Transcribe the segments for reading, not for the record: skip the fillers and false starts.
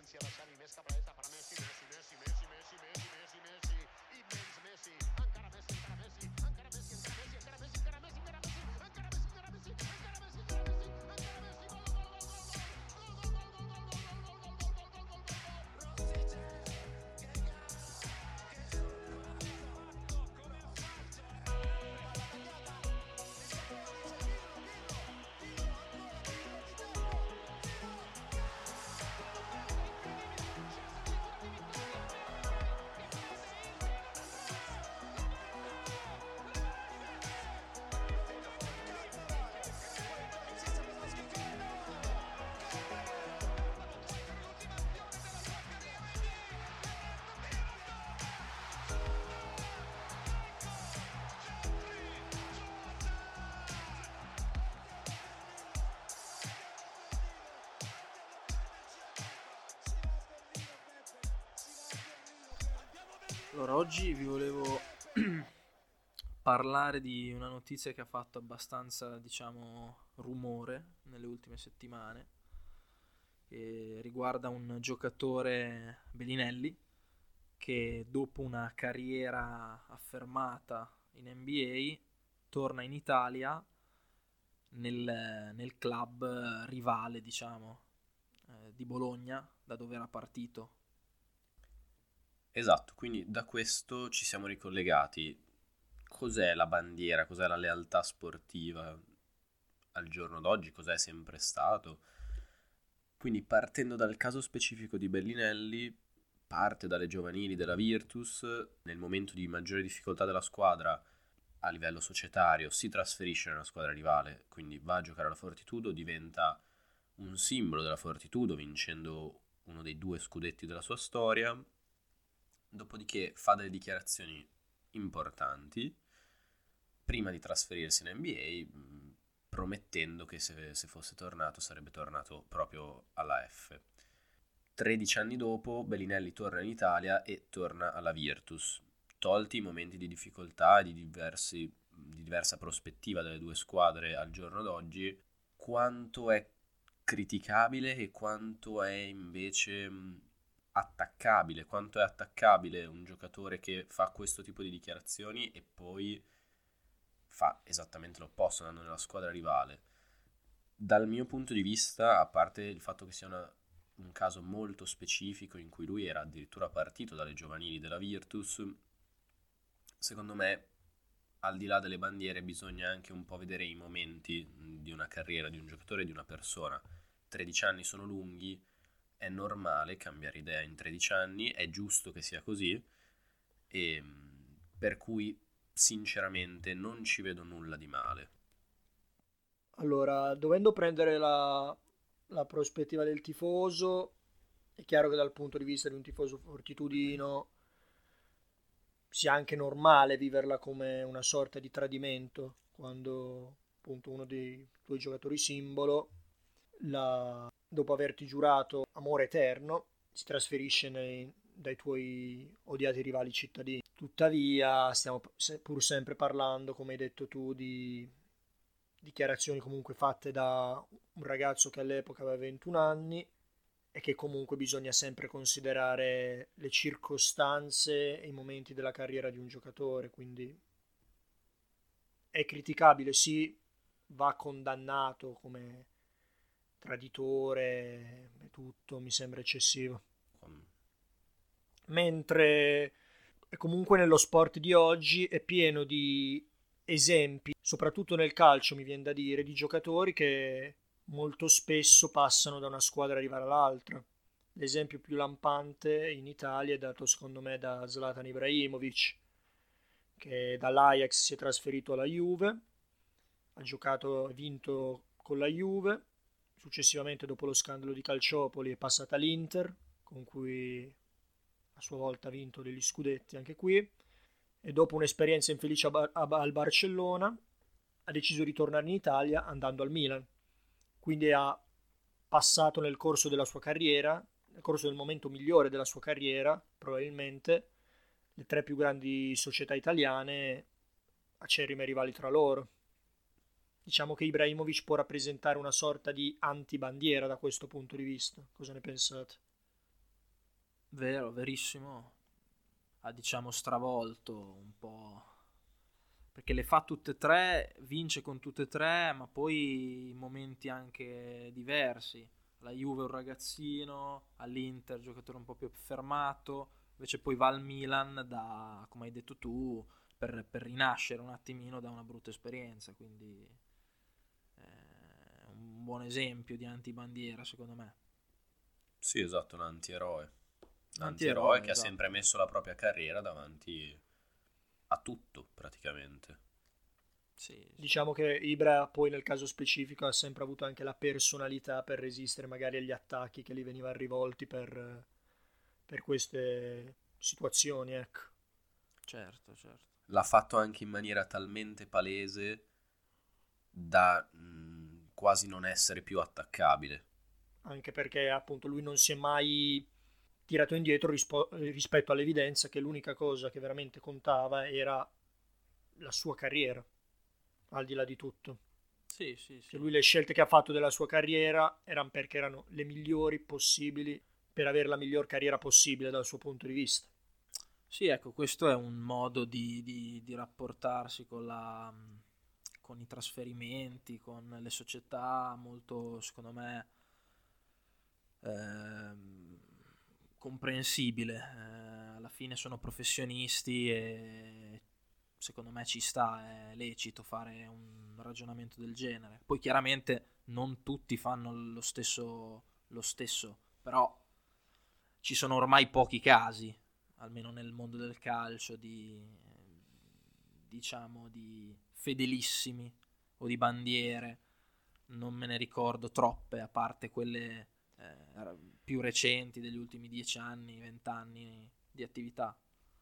Messi a lasciare in esca palestra para Messi, immens Messi, encara Messi, encara Messi, encara Messi, encara Messi, encara Messi, encara Messi, encara Messi, encara Messi, encara Messi, encara Messi, encara Messi, encara Messi, gol, gol, gol, Allora, oggi vi volevo parlare di una notizia che ha fatto abbastanza, diciamo, rumore nelle ultime settimane, che riguarda un giocatore, Bellinelli, che dopo una carriera affermata in NBA torna in Italia nel club rivale, diciamo, di Bologna, da dove era partito. Esatto, quindi da questo ci siamo ricollegati. Cos'è la bandiera, cos'è la lealtà sportiva al giorno d'oggi, cos'è sempre stato? Quindi partendo dal caso specifico di Bellinelli, parte dalle giovanili della Virtus, nel momento di maggiore difficoltà della squadra a livello societario si trasferisce nella squadra rivale, quindi va a giocare alla Fortitudo, diventa un simbolo della Fortitudo, vincendo uno dei 2 scudetti della sua storia. Dopodiché fa delle dichiarazioni importanti prima di trasferirsi in NBA, promettendo che se fosse tornato sarebbe tornato proprio alla F. 13 anni dopo Bellinelli torna in Italia e torna alla Virtus. Tolti i momenti di difficoltà e di diversa prospettiva delle 2 squadre al giorno d'oggi, quanto è criticabile e quanto è invece attaccabile, quanto è attaccabile un giocatore che fa questo tipo di dichiarazioni e poi fa esattamente l'opposto andando nella squadra rivale. Dal mio punto di vista, a parte il fatto che sia un caso molto specifico in cui lui era addirittura partito dalle giovanili della Virtus, secondo me, al di là delle bandiere, bisogna anche un po' vedere i momenti di una carriera, di un giocatore, di una persona. 13 anni sono lunghi, è normale cambiare idea in 13 anni, è giusto che sia così, e per cui sinceramente non ci vedo nulla di male. Allora, dovendo prendere la prospettiva del tifoso, è chiaro che dal punto di vista di un tifoso fortitudino sia anche normale viverla come una sorta di tradimento, quando appunto uno dei tuoi giocatori simbolo, dopo averti giurato amore eterno, si trasferisce dai tuoi odiati rivali cittadini. Tuttavia, stiamo pur sempre parlando, come hai detto tu, di dichiarazioni comunque fatte da un ragazzo che all'epoca aveva 21 anni e che comunque bisogna sempre considerare le circostanze e i momenti della carriera di un giocatore, quindi è criticabile, sì, va condannato come traditore e tutto, mi sembra eccessivo. Mentre comunque nello sport di oggi è pieno di esempi, soprattutto nel calcio mi viene da dire, di giocatori che molto spesso passano da una squadra rivale all'altra. L'esempio più lampante in Italia è dato secondo me da Zlatan Ibrahimovic, che dall'Ajax si è trasferito alla Juve, ha giocato e vinto con la Juve, successivamente dopo lo scandalo di Calciopoli è passata all'Inter, con cui a sua volta ha vinto degli scudetti anche qui, e dopo un'esperienza infelice al Barcellona ha deciso di tornare in Italia andando al Milan. Quindi ha passato nel corso della sua carriera, nel corso del momento migliore della sua carriera, probabilmente, le 3 più grandi società italiane, acerrime rivali tra loro. Diciamo che Ibrahimovic può rappresentare una sorta di antibandiera da questo punto di vista. Cosa ne pensate? Vero, verissimo. Ha diciamo stravolto un po', perché le fa tutte e tre, vince con tutte e tre, ma poi in momenti anche diversi. La Juve un ragazzino, all'Inter giocatore un po' più fermato, invece poi va al Milan da, come hai detto tu, per rinascere un attimino da una brutta esperienza, quindi un buon esempio di antibandiera secondo me. Sì, esatto, un antieroe. Un antieroe Antieroe, che ha esatto. sempre messo la propria carriera davanti a tutto, praticamente. Sì, sì. Diciamo che Ibra poi nel caso specifico ha sempre avuto anche la personalità per resistere magari agli attacchi che gli venivano rivolti per queste situazioni, ecco. Certo, certo. L'ha fatto anche in maniera talmente palese da quasi non essere più attaccabile. Anche perché appunto lui non si è mai tirato indietro rispetto all'evidenza che l'unica cosa che veramente contava era la sua carriera, al di là di tutto. Sì, sì, Cioè sì. lui le scelte che ha fatto della sua carriera erano perché erano le migliori possibili per avere la miglior carriera possibile dal suo punto di vista. Sì, ecco, questo è un modo di rapportarsi con i trasferimenti, con le società molto, secondo me, ehm, comprensibile. Alla fine sono professionisti e secondo me ci sta, è lecito fare un ragionamento del genere. Poi chiaramente non tutti fanno lo stesso, però ci sono ormai pochi casi, almeno nel mondo del calcio, diciamo di fedelissimi o di bandiere. Non me ne ricordo troppe, a parte quelle più recenti degli ultimi 10 anni, 20 anni di attività.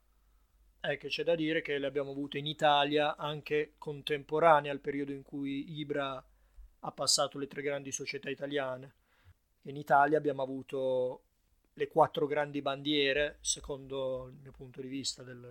È che c'è da dire che le abbiamo avute in Italia anche contemporanee al periodo in cui Ibra ha passato le tre grandi società italiane. In Italia abbiamo avuto le quattro grandi bandiere, secondo il mio punto di vista, del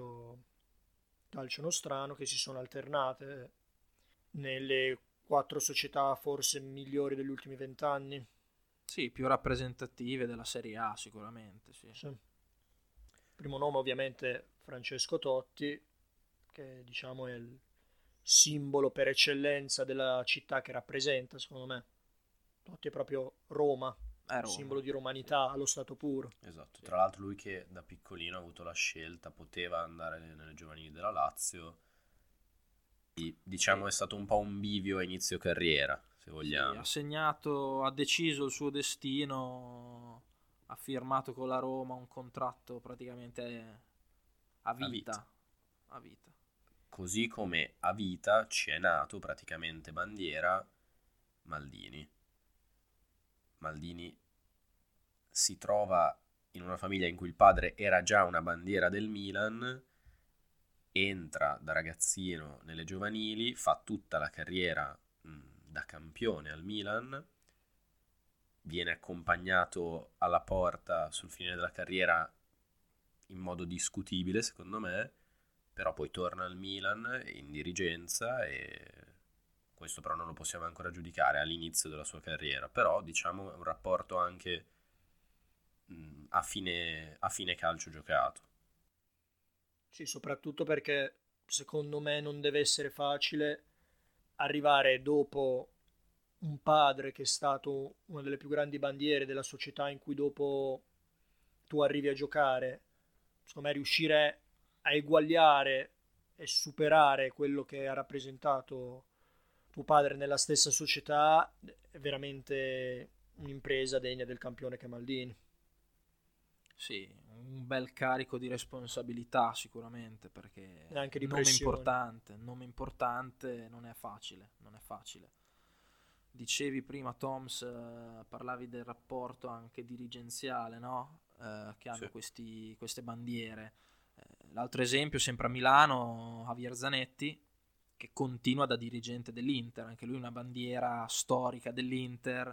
calcio nostrano, che si sono alternate nelle quattro società forse migliori degli ultimi 20 anni. Sì, più rappresentative della Serie A sicuramente, sì. Sì. Primo nome ovviamente Francesco Totti, che diciamo è il simbolo per eccellenza della città che rappresenta, secondo me. Totti è proprio Roma, È Roma. simbolo di romanità allo stato puro. Esatto, tra l'altro lui che da piccolino ha avuto la scelta, poteva andare nelle giovanili della Lazio, e, diciamo Sì. è stato un po' un bivio a inizio carriera, se Sì, vogliamo. ha segnato, ha deciso il suo destino, ha firmato con la Roma un contratto praticamente a A vita. vita. A vita. Così come a vita ci è nato praticamente bandiera Maldini. Maldini si trova in una famiglia in cui il padre era già una bandiera del Milan, entra da ragazzino nelle giovanili, fa tutta la carriera da campione al Milan, viene accompagnato alla porta sul fine della carriera in modo discutibile secondo me, però poi torna al Milan in dirigenza e questo però non lo possiamo ancora giudicare all'inizio della sua carriera, però diciamo è un rapporto anche a fine calcio giocato. Sì, soprattutto perché secondo me non deve essere facile arrivare dopo un padre che è stato una delle più grandi bandiere della società in cui dopo tu arrivi a giocare, secondo me riuscire a eguagliare e superare quello che ha rappresentato tuo padre nella stessa società è veramente un'impresa degna del campione che è Maldini. Sì, un bel carico di responsabilità sicuramente, perché E anche di nome pressione. importante non è facile, non è facile. Dicevi prima, Toms, parlavi del rapporto anche dirigenziale, no? Che hanno Sì. queste bandiere. L'altro esempio, sempre a Milano, Javier Zanetti, che continua da dirigente dell'Inter, anche lui una bandiera storica dell'Inter,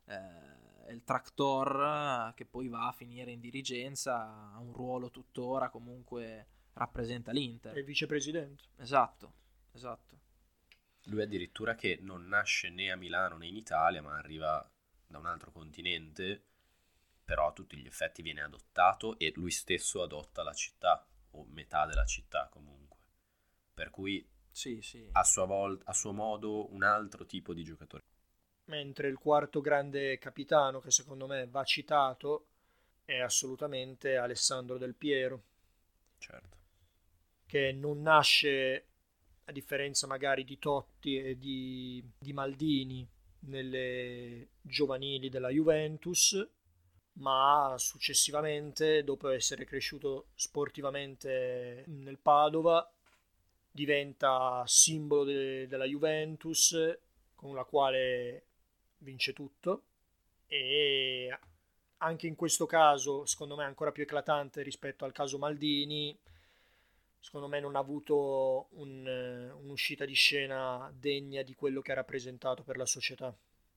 è il tractor che poi va a finire in dirigenza, ha un ruolo tuttora, comunque rappresenta È l'Inter. il vicepresidente. Esatto, esatto. Lui addirittura che non nasce né a Milano né in Italia, ma arriva da un altro continente però a tutti gli effetti viene adottato e lui stesso adotta la città, o metà della città comunque. Per cui Sì, sì. a sua volta, a suo modo, un altro tipo di giocatore. Mentre il quarto grande capitano, che secondo me va citato, è assolutamente Alessandro Del Piero, Certo. che non nasce, a differenza magari di Totti e di Maldini, nelle giovanili della Juventus, ma successivamente, dopo essere cresciuto sportivamente nel Padova, diventa simbolo della Juventus, con la quale vince tutto, e anche in questo caso, secondo me, ancora più eclatante rispetto al caso Maldini. Secondo me non ha avuto un'uscita di scena degna di quello che ha rappresentato per la società.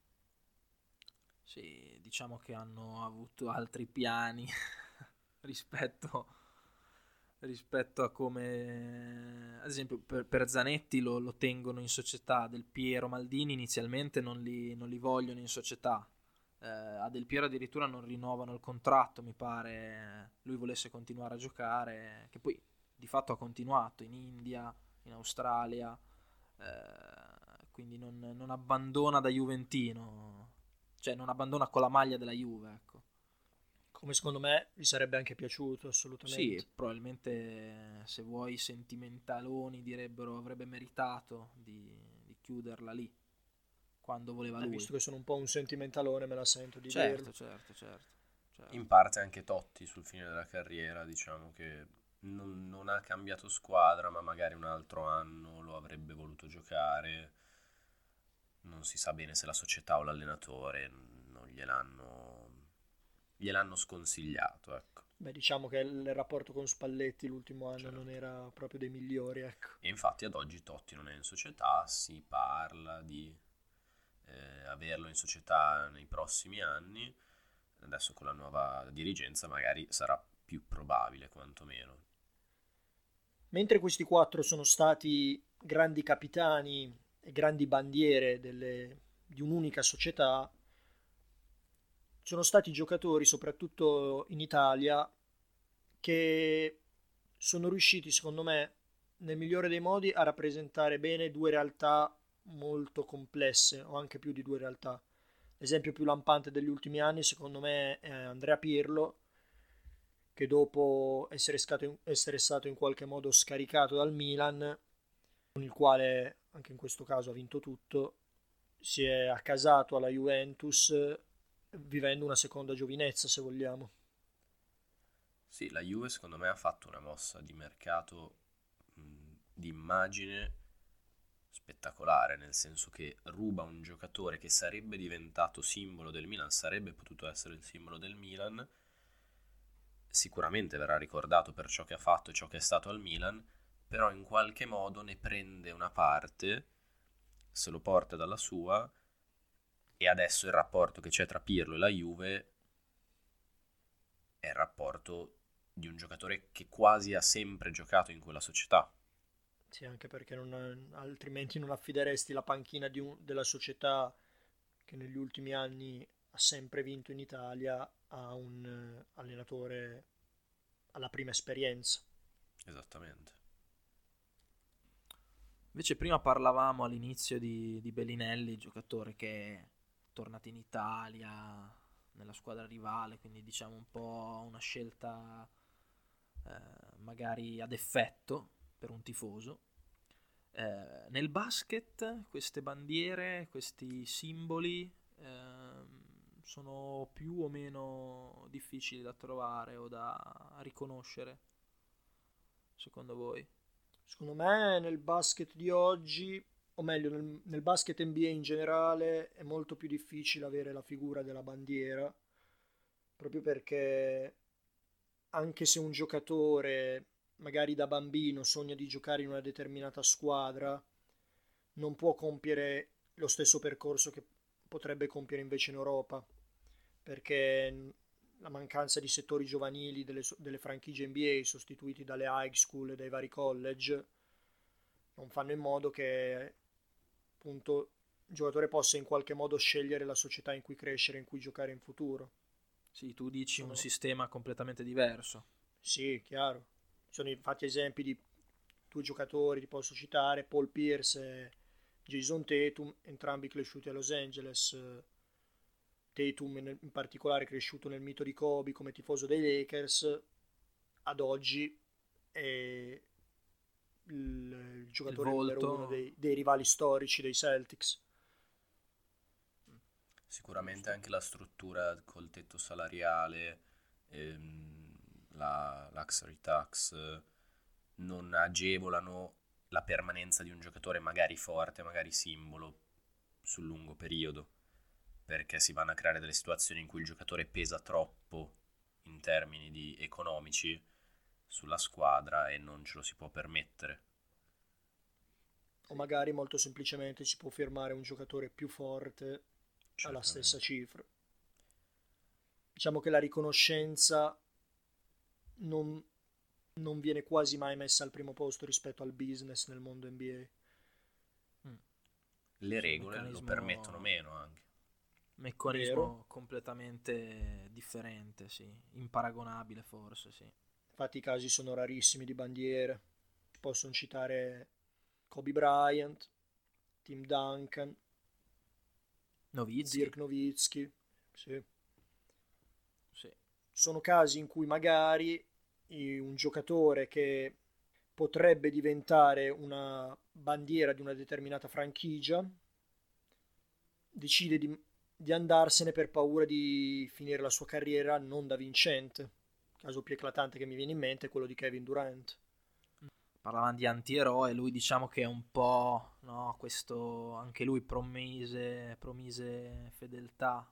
Sì, diciamo che hanno avuto altri piani rispetto, rispetto a come, ad esempio, per Zanetti lo tengono in società. Del Piero, Maldini inizialmente non li vogliono in società. A Del Piero addirittura non rinnovano il contratto, mi pare lui volesse continuare a giocare, che poi di fatto ha continuato in India, in Australia, quindi non abbandona da juventino, cioè non abbandona con la maglia della Juve, ecco. Come secondo me gli sarebbe anche piaciuto, assolutamente. Sì, probabilmente, se vuoi, i sentimentaloni direbbero avrebbe meritato di chiuderla lì quando voleva lui. Visto che sono un po' un sentimentalone, me la sento di Certo, dirlo. certo. In parte anche Totti sul fine della carriera, diciamo che non ha cambiato squadra, ma magari un altro anno lo avrebbe voluto giocare. Non si sa bene se la società o l'allenatore non gliel'hanno sconsigliato, ecco. Beh, diciamo che il rapporto con Spalletti l'ultimo anno Certo. non era proprio dei migliori, ecco. E infatti ad oggi Totti non è in società, si parla di averlo in società nei prossimi anni. Adesso con la nuova dirigenza magari sarà più probabile, quantomeno. Mentre questi quattro sono stati grandi capitani e grandi bandiere di un'unica società, sono stati giocatori, soprattutto in Italia, che sono riusciti, secondo me, nel migliore dei modi a rappresentare bene due realtà molto complesse, o anche più di due realtà. L'esempio più lampante degli ultimi anni, secondo me, è Andrea Pirlo, che dopo essere stato in qualche modo scaricato dal Milan, con il quale anche in questo caso ha vinto tutto, si è accasato alla Juventus, vivendo una seconda giovinezza, se vogliamo. Sì, la Juve secondo me ha fatto una mossa di mercato di immagine spettacolare, nel senso che ruba un giocatore che sarebbe diventato simbolo del Milan, sarebbe potuto essere il simbolo del Milan, sicuramente verrà ricordato per ciò che ha fatto e ciò che è stato al Milan, però in qualche modo ne prende una parte, se lo porta dalla sua, e adesso il rapporto che c'è tra Pirlo e la Juve è il rapporto di un giocatore che quasi ha sempre giocato in quella società. Sì, anche perché altrimenti non affideresti la panchina della società che negli ultimi anni ha sempre vinto in Italia a un allenatore alla prima esperienza. Esattamente. Invece prima parlavamo all'inizio di Bellinelli, giocatore che è tornato in Italia nella squadra rivale, quindi diciamo un po' una scelta magari ad effetto per un tifoso. Nel basket queste bandiere, questi simboli sono più o meno difficili da trovare o da riconoscere, secondo voi? Secondo me nel basket di oggi, o meglio nel basket NBA in generale, è molto più difficile avere la figura della bandiera, proprio perché anche se un giocatore magari da bambino sogna di giocare in una determinata squadra, non può compiere lo stesso percorso che potrebbe compiere invece in Europa, perché la mancanza di settori giovanili delle franchigie NBA sostituiti dalle high school e dai vari college non fanno in modo che appunto il giocatore possa in qualche modo scegliere la società in cui crescere, in cui giocare in futuro. Sì, tu dici un Sono- sistema completamente diverso. Sì, chiaro. Sono infatti esempi di due giocatori, ti posso citare, Paul Pierce e Jason Tatum, entrambi cresciuti a Los Angeles. Tatum in particolare cresciuto nel mito di Kobe come tifoso dei Lakers, ad oggi è il Il giocatore numero uno volto, dei rivali storici dei Celtics. Sicuramente giusto. anche la struttura col tetto salariale, la luxury tax, non agevolano la permanenza di un giocatore magari forte, magari simbolo, sul lungo periodo, perché si vanno a creare delle situazioni in cui il giocatore pesa troppo in termini di economici sulla squadra e non ce lo si può permettere. O magari molto semplicemente si può firmare un giocatore più forte alla stessa Certamente. cifra. Diciamo che la riconoscenza non, non viene quasi mai messa al primo posto rispetto al business nel mondo NBA. Mm. Le Sì, regole lo permettono meno anche. Vero? meccanismo completamente differente, sì, imparagonabile forse, sì. Infatti i casi sono rarissimi di bandiere. Possono citare Kobe Bryant, Tim Duncan, Nowitzki, Dirk Nowitzki. Sì. sì. Sono casi in cui magari un giocatore che potrebbe diventare una bandiera di una determinata franchigia decide di andarsene per paura di finire la sua carriera non da vincente. Il caso più eclatante che mi viene in mente è quello di Kevin Durant. Parlavamo di antieroe, lui diciamo che è un po', no, questo, anche lui promise fedeltà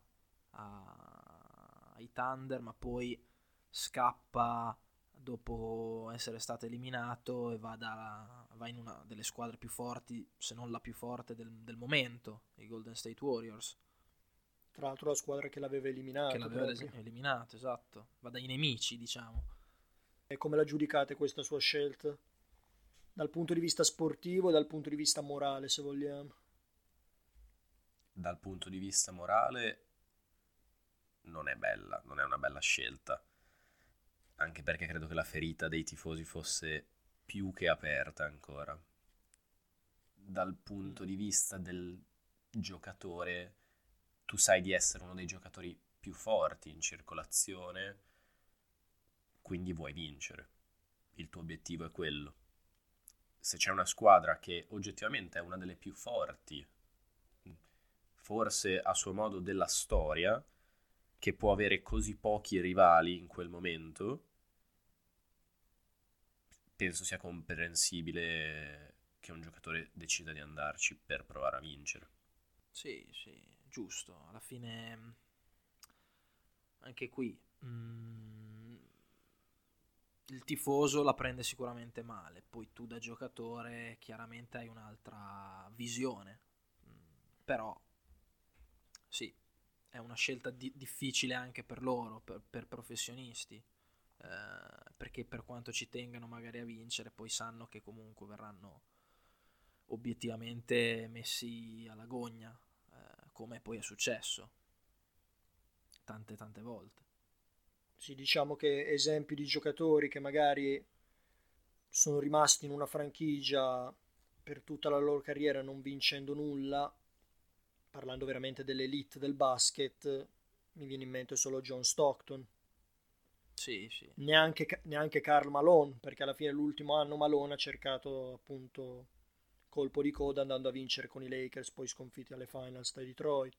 ai Thunder, ma poi scappa dopo essere stato eliminato e va in una delle squadre più forti, se non la più forte del momento, i Golden State Warriors, Tra l'altro la squadra che l'aveva che eliminato l'aveva proprio. eliminato, esatto, va dai nemici, diciamo. E come la giudicate questa sua scelta? Dal punto di vista sportivo e dal punto di vista morale, se vogliamo. Dal punto di vista morale non è bella, non è una bella scelta, anche perché credo che la ferita dei tifosi fosse più che aperta ancora. Dal punto di vista del giocatore, tu sai di essere uno dei giocatori più forti in circolazione, quindi vuoi vincere. Il tuo obiettivo è quello. Se c'è una squadra che oggettivamente è una delle più forti, forse a suo modo della storia, che può avere così pochi rivali in quel momento, penso sia comprensibile che un giocatore decida di andarci per provare a vincere. Sì, sì, giusto. Alla fine, anche qui, il tifoso la prende sicuramente male, poi tu da giocatore chiaramente hai un'altra visione. Però, sì, è una scelta difficile anche per loro, per professionisti, perché per quanto ci tengano magari a vincere, poi sanno che comunque verranno obiettivamente messi alla gogna, come poi è successo tante tante volte. Sì, diciamo che esempi di giocatori che magari sono rimasti in una franchigia per tutta la loro carriera non vincendo nulla, parlando veramente dell'elite del basket, mi viene in mente solo John Stockton. Sì, sì, Neanche Karl Malone, perché alla fine l'ultimo anno Malone ha cercato appunto colpo di coda andando a vincere con i Lakers, poi sconfitti alle finals da Detroit.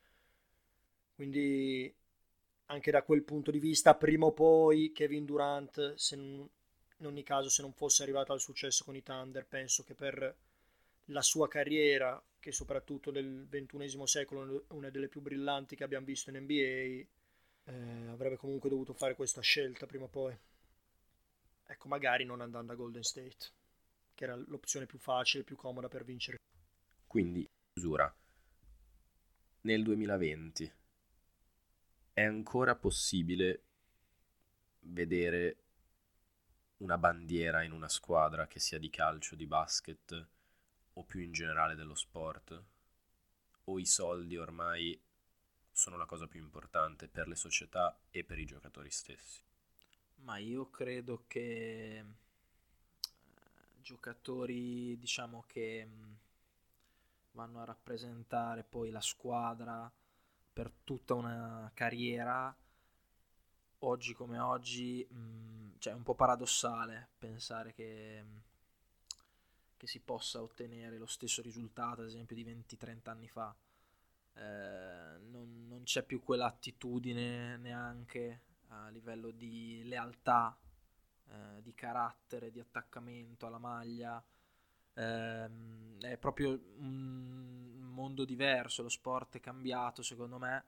Quindi anche da quel punto di vista, prima o poi Kevin Durant, in ogni caso se non fosse arrivato al successo con i Thunder, penso che per la sua carriera, che soprattutto nel XXI secolo è una delle più brillanti che abbiamo visto in NBA, avrebbe comunque dovuto fare questa scelta prima o poi. Ecco, magari non andando a Golden State, che era l'opzione più facile, più comoda per vincere. Quindi, chiusura, nel 2020 è ancora possibile vedere una bandiera in una squadra, che sia di calcio, di basket o più in generale dello sport? O i soldi ormai sono la cosa più importante per le società e per i giocatori stessi? Ma io credo che giocatori, diciamo, che vanno a rappresentare poi la squadra per tutta una carriera, oggi come oggi, cioè è un po' paradossale pensare che si possa ottenere lo stesso risultato, ad esempio, di 20-30 anni fa. Non c'è più quell'attitudine neanche a livello di lealtà, di carattere, di attaccamento alla maglia. È proprio un mondo diverso, lo sport è cambiato secondo me.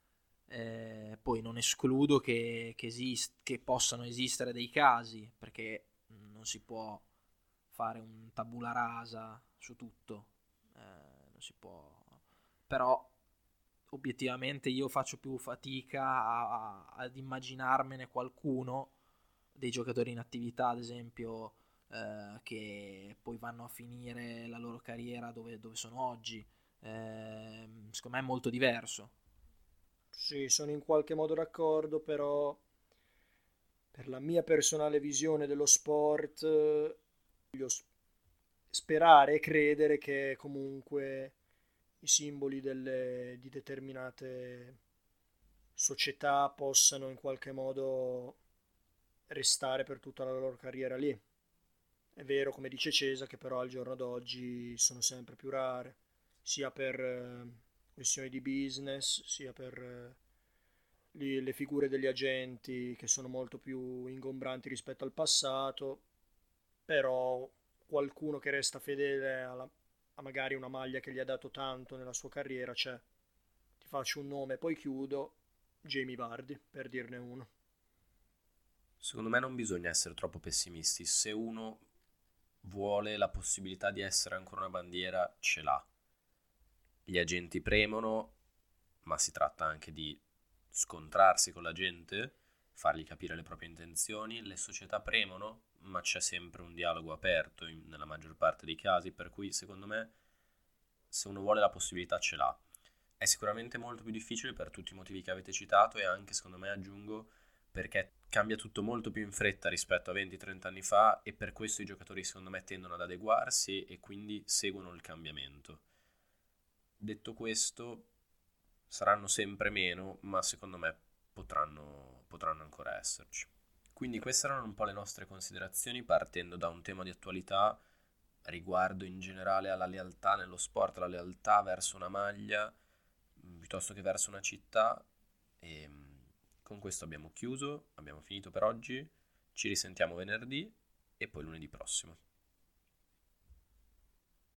Poi non escludo che possano esistere dei casi, perché non si può fare un tabula rasa su tutto, non si può, però obiettivamente io faccio più fatica ad immaginarmene qualcuno dei giocatori in attività, ad esempio, che poi vanno a finire la loro carriera dove sono oggi. Secondo me è molto diverso. Sì, sono in qualche modo d'accordo, però per la mia personale visione dello sport, voglio sperare e credere che comunque i simboli di determinate società possano in qualche modo restare per tutta la loro carriera lì. È vero, come dice Cesa, che però al giorno d'oggi sono sempre più rare, sia per questioni di business, sia per le figure degli agenti che sono molto più ingombranti rispetto al passato, però qualcuno che resta fedele a magari una maglia che gli ha dato tanto nella sua carriera c'è. Ti faccio un nome, poi chiudo: Jamie Vardy, per dirne uno. Secondo me non bisogna essere troppo pessimisti. Se uno vuole la possibilità di essere ancora una bandiera, ce l'ha. Gli agenti premono, ma si tratta anche di scontrarsi con la gente, fargli capire le proprie intenzioni. Le società premono, ma c'è sempre un dialogo aperto nella maggior parte dei casi, per cui secondo me se uno vuole la possibilità ce l'ha. È sicuramente molto più difficile per tutti i motivi che avete citato, e anche, secondo me, aggiungo, perché cambia tutto molto più in fretta rispetto a 20-30 anni fa, e per questo i giocatori secondo me tendono ad adeguarsi e quindi seguono il cambiamento. Detto questo, saranno sempre meno, ma secondo me potranno ancora esserci. Quindi queste erano un po' le nostre considerazioni, partendo da un tema di attualità riguardo in generale alla lealtà nello sport, alla lealtà verso una maglia piuttosto che verso una città. E con questo abbiamo chiuso, abbiamo finito per oggi. Ci risentiamo venerdì e poi lunedì prossimo.